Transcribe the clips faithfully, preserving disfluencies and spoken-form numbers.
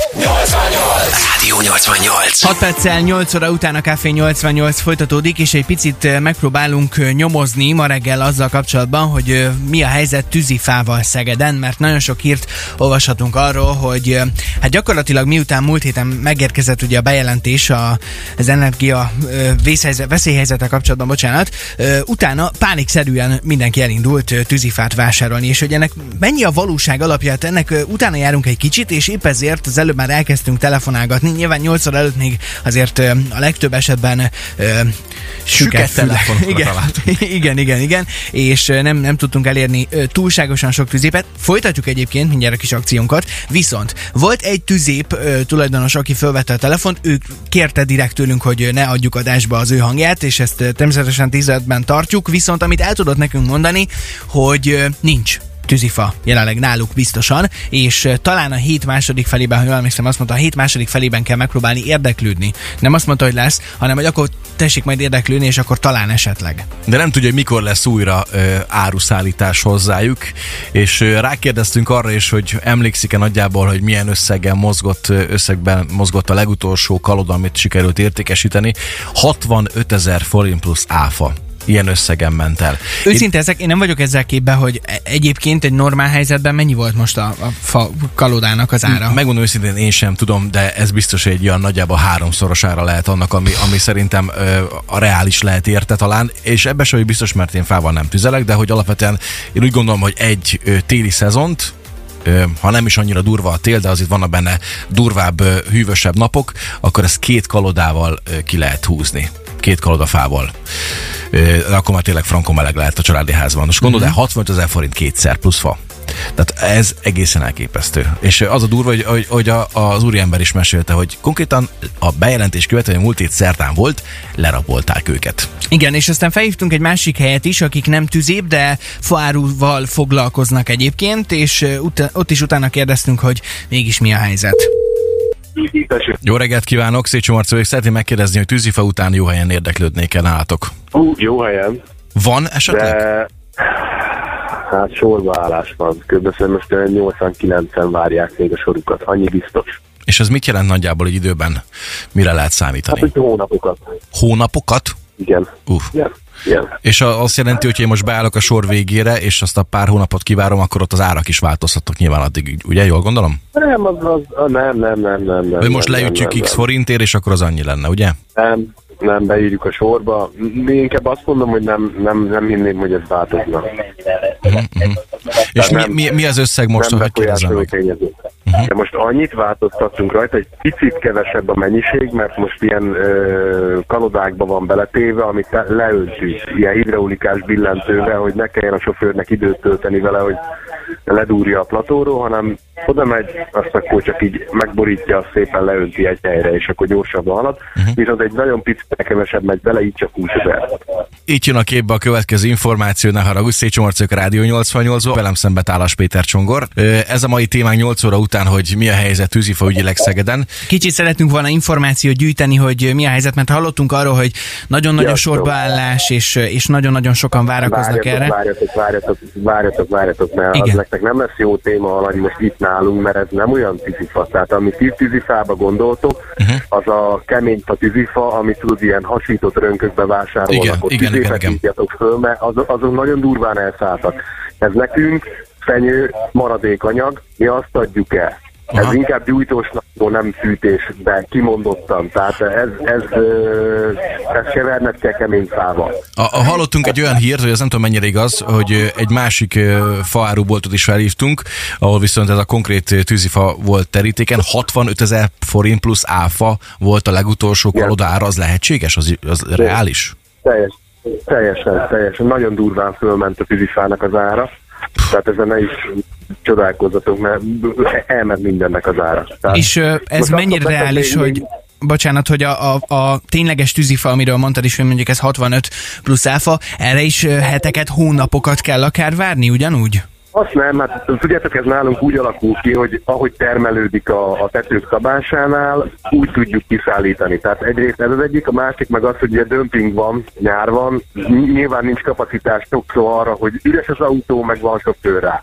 nyolcvannyolc Rádió nyolcvannyolc. hat perccel nyolc óra után a Café nyolcvannyolc folytatódik, és egy picit megpróbálunk nyomozni ma reggel azzal kapcsolatban, hogy mi a helyzet tűzifával Szegeden, mert nagyon sok hírt olvashatunk arról, hogy hát gyakorlatilag miután múlt héten megérkezett ugye a bejelentés a, az energia veszélyhelyzettel kapcsolatban, bocsánat, utána pánikszerűen mindenki elindult tűzifát vásárolni, és hogy ennek mennyi a valóság alapja, ennek utána járunk egy kicsit, és épp ezért az előbb már elkezdtünk telefonálgatni. Nyilván nyolc óra előtt még azért a legtöbb esetben uh, süket telefonokat találtunk. Igen, igen, igen, és nem, nem tudtunk elérni túlságosan sok tüzépet. Folytatjuk egyébként mindjárt a kis akciónkat, viszont volt egy tüzép uh, tulajdonos, aki felvette a telefont, ő kérte direkt tőlünk, hogy ne adjuk adásba az ő hangját, és ezt uh, természetesen tiszteletben tartjuk, viszont amit el tudott nekünk mondani, hogy uh, nincs tűzifa jelenleg náluk biztosan, és talán a hét második felében, ha jól emlékszem, azt mondta, a hét második felében kell megpróbálni érdeklődni. Nem azt mondta, hogy lesz, hanem hogy akkor tessék majd érdeklődni, és akkor talán esetleg. De nem tudja, hogy mikor lesz újra ö, áruszállítás hozzájuk, és ö, rákérdeztünk arra is, hogy emlékszik-e nagyjából, hogy milyen összeggel mozgott, összegben mozgott a legutolsó kaloda, amit sikerült értékesíteni. hatvanötezer forint plusz áfa. Ilyen összegen ment el. Őszinte ezek, én nem vagyok ezzel képben, hogy egyébként egy normál helyzetben mennyi volt most a, a fa kalodának az ára? Megmondom őszintén, én sem tudom, de ez biztos egy olyan nagyjából háromszorosára lehet annak, ami, ami szerintem ö, a reális lehet érte talán, és ebben sem biztos, mert én fával nem tüzelek, de hogy alapvetően én úgy gondolom, hogy egy ö, téli szezont, ö, ha nem is annyira durva a tél, de azért vannak benne durvább, ö, hűvösebb napok, akkor ezt két kalodával ö, ki lehet húzni. Két kalodafával. De akkor már tényleg frankon meleg lehet a családi házban. Most gondolod, uh-huh. hatvanötezer forint kétszer plusz fa. Tehát ez egészen elképesztő. És az a durva, hogy, hogy, hogy a, az úriember is mesélte, hogy konkrétan a bejelentés követően, múlt hét szerdán volt, lerabolták őket. Igen, és aztán felhívtunk egy másik helyet is, akik nem tüzép, de faáruval foglalkoznak egyébként, és ut- ott is utána kérdeztünk, hogy mégis mi a helyzet. Jó reggelt kívánok, Szécsi Marci vagyok. Szeretném megkérdezni, hogy tűzifa után jó helyen érdeklődnék el nálatok. Hú, jó helyen. Van esetleg? De hát sorbaállás van. Körülbelül most nyolcvankilencen várják még a sorukat. Annyi biztos. És ez mit jelent nagyjából egy időben? Mire lehet számítani? Hát, hogy hónapokat. Hónapokat? Igen. Uff. Igen. Igen. És azt jelenti, hogy én most beállok a sor végére, és azt a pár hónapot kivárom, akkor ott az árak is változhatnak nyilván addig, ugye? Jól gondolom? Nem, az, az, nem, nem, nem, nem. Vagy most nem, leütjük nem, X nem. forintért, és akkor az annyi lenne, ugye? Nem, nem, beírjuk a sorba. Mi inkább azt mondom, hogy nem, nem, nem hinném, hogy ez változna. Uh-huh, uh-huh. És mi, mi, mi az összeg most, nem hogy kérdezem meg? Uh-huh. De most annyit változtattunk rajta, hogy picit kevesebb a mennyiség, mert most ilyen ö, kalodákba van beletéve, amit leöntjük, ilyen hidraulikás billentővel, hogy ne kelljen a sofőrnek időt tölteni vele, hogy ledúrja a platóról, hanem oda megy, azt akkor csak így megborítja, azt szépen leönti egy helyre, és akkor gyorsabban halad. Uh-huh. Viszont egy nagyon picit kevesebb megy bele, így csak húszezer. Így jön a képbe a következő információ, ne haragudj, Szécsi Marci, a Rádió nyolcvannyolcban, velem szembe Tálas Péter Csongor. Ez a mai témánk nyolc óra után, hogy mi a helyzet tűzifa ügyileg Szegeden. Kicsit szeretünk volna információt gyűjteni, hogy mi a helyzet, mert hallottunk arról, hogy nagyon-nagyon ja, sorbaállás, és, és nagyon-nagyon sokan várakoznak várjatok, erre. Várjatok, várjatok, várjatok, várjatok, mert igen. Az nektek nem lesz jó téma, hogy most itt nálunk, mert ez nem olyan tűzifa. Tehát amit ti tűzifába gondoltok, uh-huh. az a kemény fa tűzifa, amit tudod ilyen hasított rönkökbe vásárolnak. Igen, ott igen, igen, igen. föl, mert az, azok nagyon durván elszálltak. Ez nekünk fenyő, maradékanyag, mi azt adjuk el. Aha. Ez inkább gyújtósnak, nem fűtésben, kimondottan. Tehát ez, ez, ez keverned kell kemény fával. A, a, hallottunk egy olyan hírt, hogy ez nem tudom mennyire igaz, hogy egy másik faáruboltot is felhívtunk, ahol viszont ez a konkrét tűzifa volt terítéken, hatvanötezer forint plusz áfa volt a legutolsó kalodára, az lehetséges? Az, az reális? Teljes, teljesen, teljesen. Nagyon durván fölment a tűzifának az ára. Tehát ezen ne is csodálkozzatok, mert elment mindennek az ára. Tehát és ez mennyire reális, hogy... Még... Bocsánat, hogy a, a, a tényleges tűzifa, amiről mondtad is, hogy mondjuk ez hatvanöt plusz áfa, erre is heteket, hónapokat kell akár várni, ugyanúgy? Azt nem, hát tudjátok, ez nálunk úgy alakul ki, hogy ahogy termelődik a, a tetők szabásánál, úgy tudjuk kiszállítani. Tehát egyrészt ez az egyik, a másik meg az, hogy ugye dömping van, nyár van, nyilván nincs kapacitás sokszor arra, hogy üres az autó, meg van sofőr rá.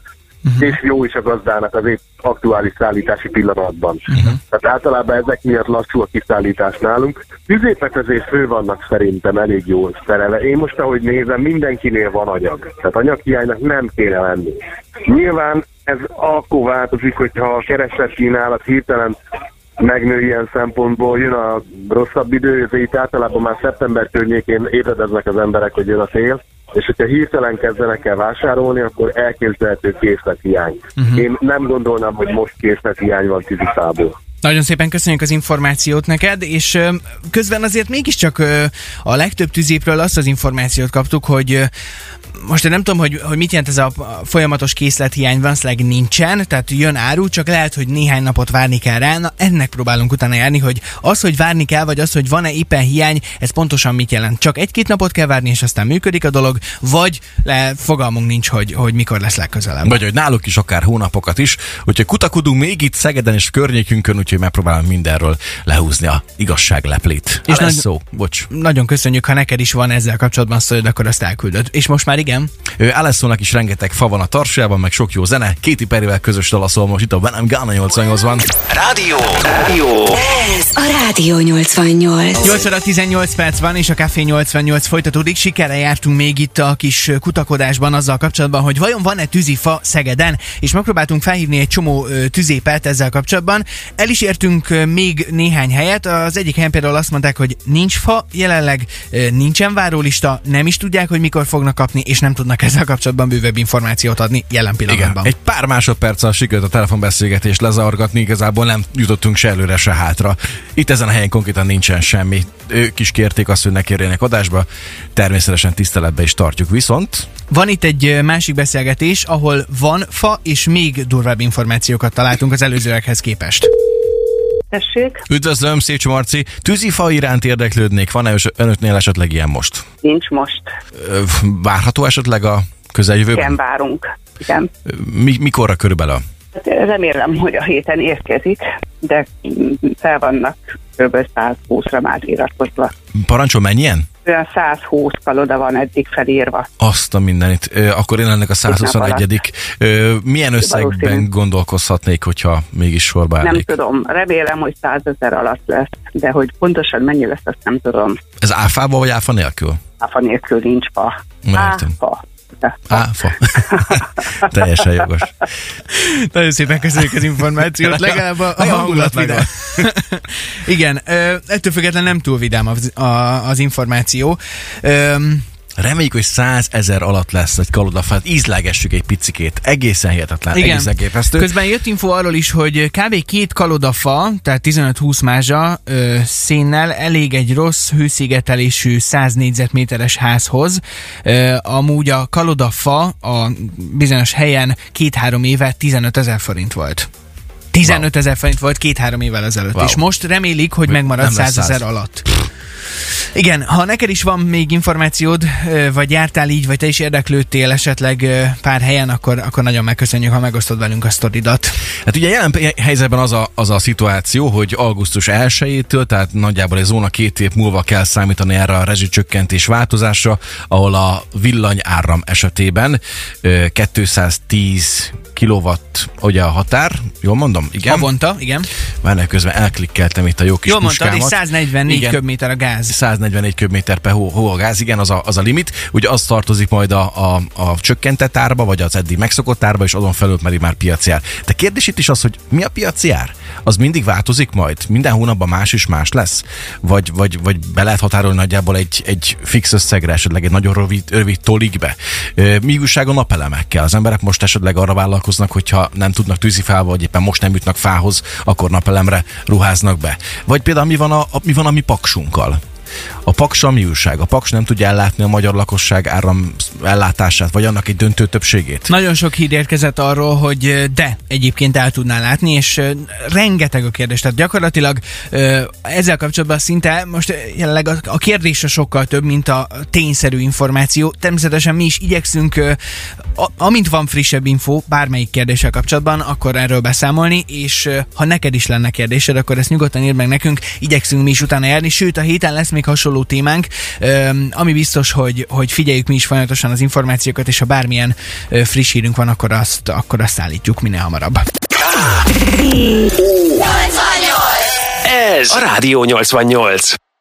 uh-huh. és jó is a gazdának az épp aktuális szállítási pillanatban. Uh-huh. Tehát általában ezek miatt lassú a kiszállítás nálunk. Tüzépek azért fő vannak szerintem elég jól szerelve. Én most, ahogy nézem, mindenkinél van anyag. Tehát anyaghiánynak nem kéne lenni. Nyilván ez akkor változik, hogyha a kereslet kínálat hirtelen megnő ilyen szempontból, jön a rosszabb idő, ez itt általában már szeptember környékén ébredeznek az emberek, hogy jön a tél, és hogyha hirtelen kezdenek el vásárolni, akkor elképzelhető készlethiány. Uh-huh. Én nem gondolnám, hogy most készlethiány van tűzifából. Nagyon szépen köszönjük az információt neked, és ö, közben azért mégiscsak ö, a legtöbb tüzépről azt az információt kaptuk, hogy ö, most én nem tudom, hogy, hogy mit jelent ez a folyamatos készlethiány, valószínűleg nincsen, tehát jön áru, csak lehet, hogy néhány napot várni kell rá. Na, ennek próbálunk utána járni, hogy az, hogy várni kell, vagy az, hogy van-e éppen hiány, ez pontosan mit jelent. Csak egy-két napot kell várni, és aztán működik a dolog, vagy le, fogalmunk nincs, hogy, hogy mikor lesz legközelebb. Vagy hogy náluk is akár hónapokat is, úgyhogy kutakodunk még itt Szegeden és környékünkön, úgyhogy megpróbálom mindenről lehúzni a igazság leplét. És nagy, szó, bocs. Nagyon köszönjük, ha neked is van ezzel kapcsolatban szólod, akkor azt elküldöd. És most már igen? Alessónak is rengeteg fa van a tarsajában, meg sok jó zene. Katy Perryvel közös dala szól most itt a When I'm Gone nyolcvannyolcban. Rádió! Rádió! Ez a Rádió nyolcvannyolc. nyolc óra tizennyolc perc van, és a Café nyolcvannyolc folytatódik. Sikerrel jártunk még itt a kis kutakodásban azzal kapcsolatban, hogy vajon van-e tűzifa Szegeden, és megpróbáltunk felhívni egy csomó tüzépet ezzel kapcsolatban. El is értünk még néhány helyet. Az egyik helyen például azt mondták, hogy nincs fa jelenleg, nincsen várólista, nem is tudják, hogy mikor fognak kapni, és nem tudnak ezzel kapcsolatban bővebb információt adni jelen pillanatban. Igen. Egy pár másodperccel sikerült a telefonbeszélgetést lezargatni, igazából nem jutottunk se előre, se hátra. Itt ezen a helyen konkrétan nincsen semmi. Ők is kérték azt, hogy ne kérjenek adásba. Természetesen tiszteletbe is tartjuk, viszont... Van itt egy másik beszélgetés, ahol van fa, és még durvább információkat találtunk az előzőekhez képest. Tessék? Üdvözlöm, Szécsi Marci. Tűzifa iránt érdeklődnék. Van-e önöknél esetleg ilyen most? Nincs most. Várható esetleg a közeljövőben? Igen, várunk. Igen. Mi, mikorra körülbelül? Remélem, hogy a héten érkezik, de fel vannak kb. száz húszra már iratkozva. Parancsol, mennyien? Olyan száz húsz kaloda van eddig felírva. Azt a mindenit. Akkor én ennek a száz huszonegyedik Milyen összegben valószínű gondolkozhatnék, hogyha mégis sorba állnék? Nem tudom. Remélem, hogy százezer alatt lesz, de hogy pontosan mennyi lesz, azt nem tudom. Ez áfával vagy áfa nélkül? Áfa nélkül nincs fa. Áfa. Áfa. Teljesen jogos. Nagyon szépen köszönjük az információt, legalább a, a hangulat vidám. Igen, ettől függetlenül nem túl vidám az, a, az információ. Öm, Reméljük, hogy százezer alatt lesz egy kalodafát, ízlegessük egy picikét. Egészen hihetetlen, igen. Egészen képesztő. Közben jött info arról is, hogy kb. két kalodafa, tehát tizenöt-húsz mázsa ö, szénnel elég egy rossz hőszigetelésű száz négyzetméteres házhoz. Ö, amúgy a kalodafa a bizonyos helyen két-három éve tizenötezer forint volt. tizenötezer forint volt két-három évvel ezelőtt, wow. És most remélik, hogy megmarad százezer alatt. Igen, ha neked is van még információd, vagy jártál így, vagy te is érdeklődtél esetleg pár helyen, akkor, akkor nagyon megköszönjük, ha megosztod velünk a sztoridat. Hát ugye jelen helyzetben az a, az a szituáció, hogy augusztus elsejétől, tehát nagyjából egy zóna két év múlva kell számítani erre a rezsicsökkentés változásra, ahol a villanyáram esetében kétszáztíz kilowatt ugye a határ, jól mondom? Igen? Havonta, igen. Már közben elklikkeltem itt a jó kis jól puskámat. Jól mondtad, és száznnegyvennégy köbméter a gáz. száznnegyvennégy köbméter per hó, hó a gáz, igen, az a, az a limit. Ugye az tartozik majd a, a, a csökkentett árba, vagy az eddig megszokott árba, és azon felül pedig már piaci ár. De kérdés itt is az, hogy mi a piaci ár? Az mindig változik majd? Minden hónapban más is más lesz? Vagy, vagy, vagy be lehet határolni nagyjából egy, egy fix összegre, esetleg egy nagyon rövid, rövid tolig be? Mi újság a napelemekkel? Az emberek most esetleg arra vállalkoznak, hogyha nem tudnak tűzifával, vagy éppen most nem jutnak fához, akkor napelemre ruháznak be. Vagy például mi van a, a, mi van a mi paksunkkal? A Paks a mi újság? A Paks nem tudja ellátni a magyar lakosság áram ellátását, vagy annak egy döntő többségét? Nagyon sok hír érkezett arról, hogy de egyébként el tudná látni, és rengeteg a kérdés. Tehát gyakorlatilag ezzel kapcsolatban szinte most jelenleg a kérdése sokkal több, mint a tényszerű információ. Természetesen mi is igyekszünk a, amint van frissebb info bármelyik kérdéssel kapcsolatban, akkor erről beszámolni, és ha neked is lenne kérdésed, akkor ezt nyugodtan írd meg nekünk, igyekszünk mi is utána járni, sőt a héten lesz még hasonló témánk, ami biztos, hogy, hogy figyeljük mi is folyamatosan az információkat, és ha bármilyen friss hírünk van, akkor azt, akkor azt állítjuk minél hamarabb. Ez a Rádió nyolcvannyolc.